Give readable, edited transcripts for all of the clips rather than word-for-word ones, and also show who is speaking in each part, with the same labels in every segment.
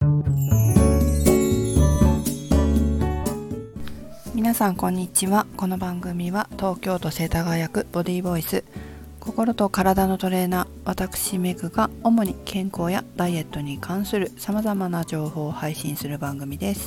Speaker 1: 皆さんこんにちは。この番組は東京都世田谷区ボディーボイス、心と体のトレーナー私メグが主に健康やダイエットに関するさまざまな情報を配信する番組です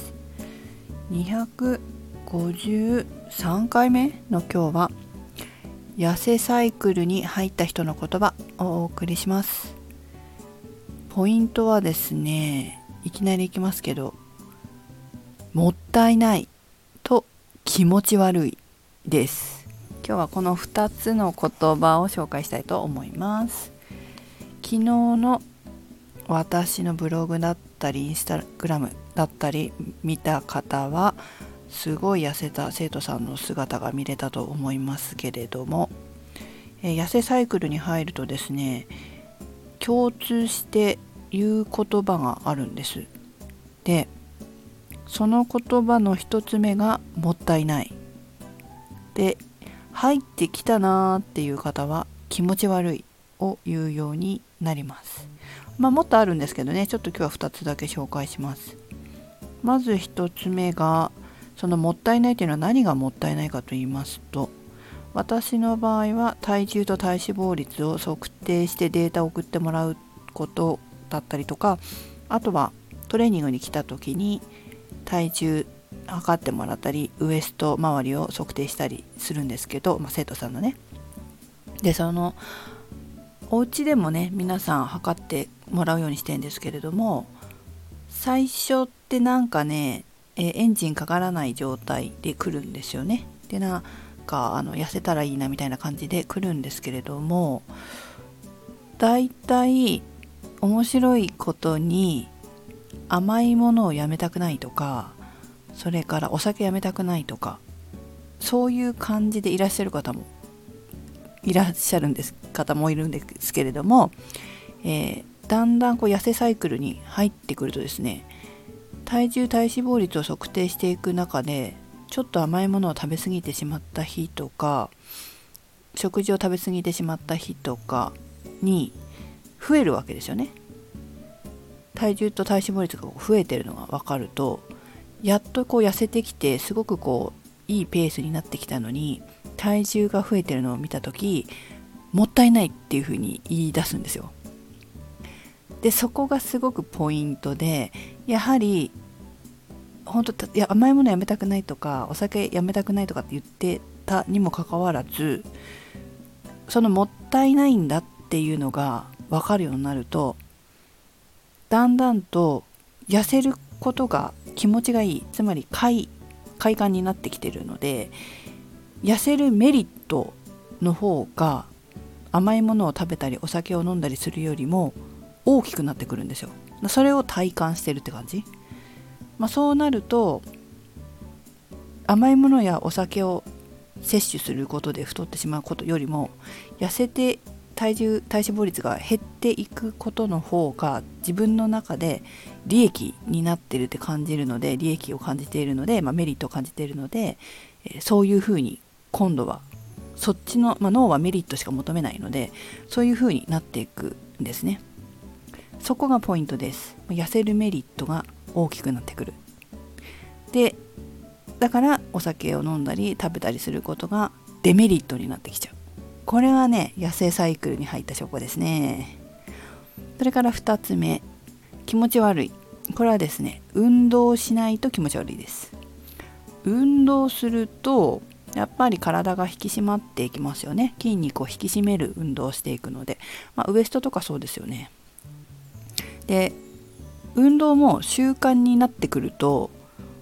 Speaker 1: 。253回目の今日は痩せサイクルに入った人の言葉をお送りします。ポイントはですね、いきなりいきますけど、もったいないと気持ち悪いです。今日はこの2つの言葉を紹介したいと思います。昨日の私のブログだったりインスタグラムだったり見た方はすごい痩せた生徒さんの姿が見れたと思いますけれども、痩せサイクルに入るとですね、共通して言う言葉があるんです。で、その言葉の一つ目がもったいないで、入ってきたなーっていう方は気持ち悪いを言うようになります。もっとあるんですけどね、ちょっと今日は2つだけ紹介します。まず1つ目が、そのもったいないというのは何がもったいないかと言いますと、私の場合は体重と体脂肪率を測定してデータを送ってもらうことだったりとか、あとはトレーニングに来た時に体重測ってもらったり、ウエスト周りを測定したりするんですけど、生徒さんのね。で、そのお家でもね、皆さん測ってもらうようにしてるんですけれども、最初ってなんかね、エンジンかからない状態で来るんですよね。で、なんか痩せたらいいなみたいな感じで来るんですけれども、だいたい面白いことに甘いものをやめたくないとか、それからお酒やめたくないとか、そういう感じでいらっしゃる方もいるんですけれども、だんだん痩せサイクルに入ってくるとですね、体重体脂肪率を測定していく中で、ちょっと甘いものを食べ過ぎてしまった日とか、食事を食べ過ぎてしまった日とかに増えるわけですよね。体重と体脂肪率が増えてるのが分かると、やっと痩せてきて、すごくいいペースになってきたのに、体重が増えてるのを見たとき、もったいないっていうふうに言い出すんですよ。で、そこがすごくポイントで、やはり本当、甘いものやめたくないとか、お酒やめたくないとかって言ってたにもかかわらず、そのもったいないんだっていうのが分かるようになると、だんだんと痩せることが気持ちがいい、つまり快感になってきてるので、痩せるメリットの方が甘いものを食べたりお酒を飲んだりするよりも大きくなってくるんですよ。それを体感してるって感じ。そうなると、甘いものやお酒を摂取することで太ってしまうことよりも、痩せて体脂肪率が減っていくことの方が自分の中で利益になってるって感じるので、利益を感じているので、メリットを感じているので、そういうふうに今度はそっちの、脳はメリットしか求めないので、そういうふうになっていくんですね。そこがポイントです。痩せるメリットが大きくなってくる。で、だからお酒を飲んだり食べたりすることがデメリットになってきちゃう。これはね、痩せサイクルに入った証拠ですね。それから2つ目、気持ち悪い。これはですね、運動しないと気持ち悪いです。運動するとやっぱり体が引き締まっていきますよね。筋肉を引き締める運動をしていくので、ウエストとかそうですよね。で、運動も習慣になってくると、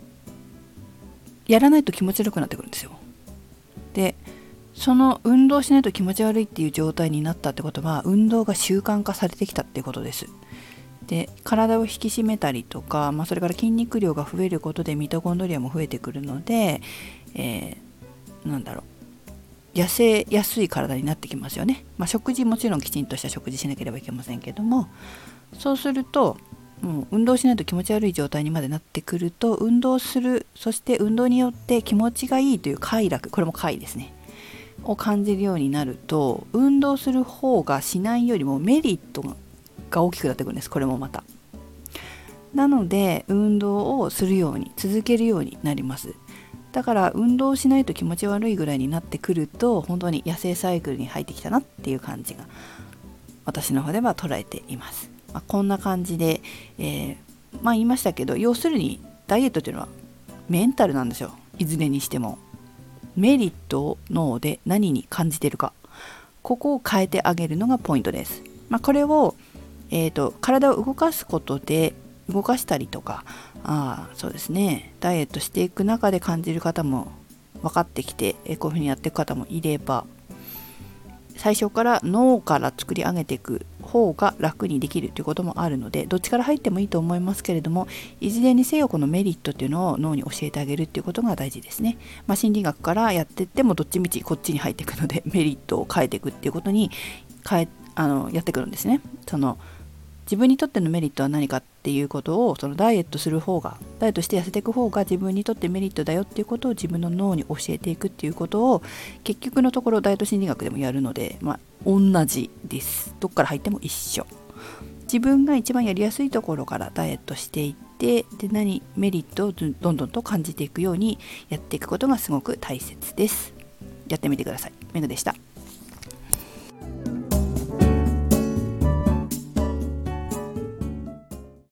Speaker 1: やらないと気持ち悪くなってくるんですよ。で、その運動しないと気持ち悪いっていう状態になったってことは、運動が習慣化されてきたっていうことです。で、体を引き締めたりとか、それから筋肉量が増えることでミトコンドリアも増えてくるので、痩せやすい体になってきますよね。食事もちろんきちんとした食事しなければいけませんけども、そうするともう運動しないと気持ち悪い状態にまでなってくると、運動する、そして運動によって気持ちがいいという快楽、これも快ですね、を感じるようになると、運動する方がしないよりもメリットが大きくなってくるんです。これもまたなので運動をするように続けるようになります。だから運動しないと気持ち悪いぐらいになってくると、本当に痩せサイクルに入ってきたなっていう感じが私の方では捉えています。こんな感じで、言いましたけど、要するにダイエットっていうのはメンタルなんですよ。いずれにしてもメリットを脳で何に感じているか、ここを変えてあげるのがポイントです。これを、体を動かすことで動かしたりとか、そうですね、ダイエットしていく中で感じる方も分かってきて、こういうふうにやっていく方もいれば、最初から脳から作り上げていく方が楽にできるということもあるので、どっちから入ってもいいと思いますけれども、いずれにせよこのメリットっていうのを脳に教えてあげるっていうことが大事ですね。心理学からやっていってもどっちみちこっちに入っていくので、メリットを変えていくっていうことにやってくるんですね。自分にとってのメリットは何かっていうことを、ダイエットして痩せていく方が自分にとってメリットだよっていうことを自分の脳に教えていくっていうことを、結局のところダイエット心理学でもやるので、同じです。どっから入っても一緒。自分が一番やりやすいところからダイエットしていって、でメリットをどんどんと感じていくようにやっていくことがすごく大切です。やってみてください。めぐでした。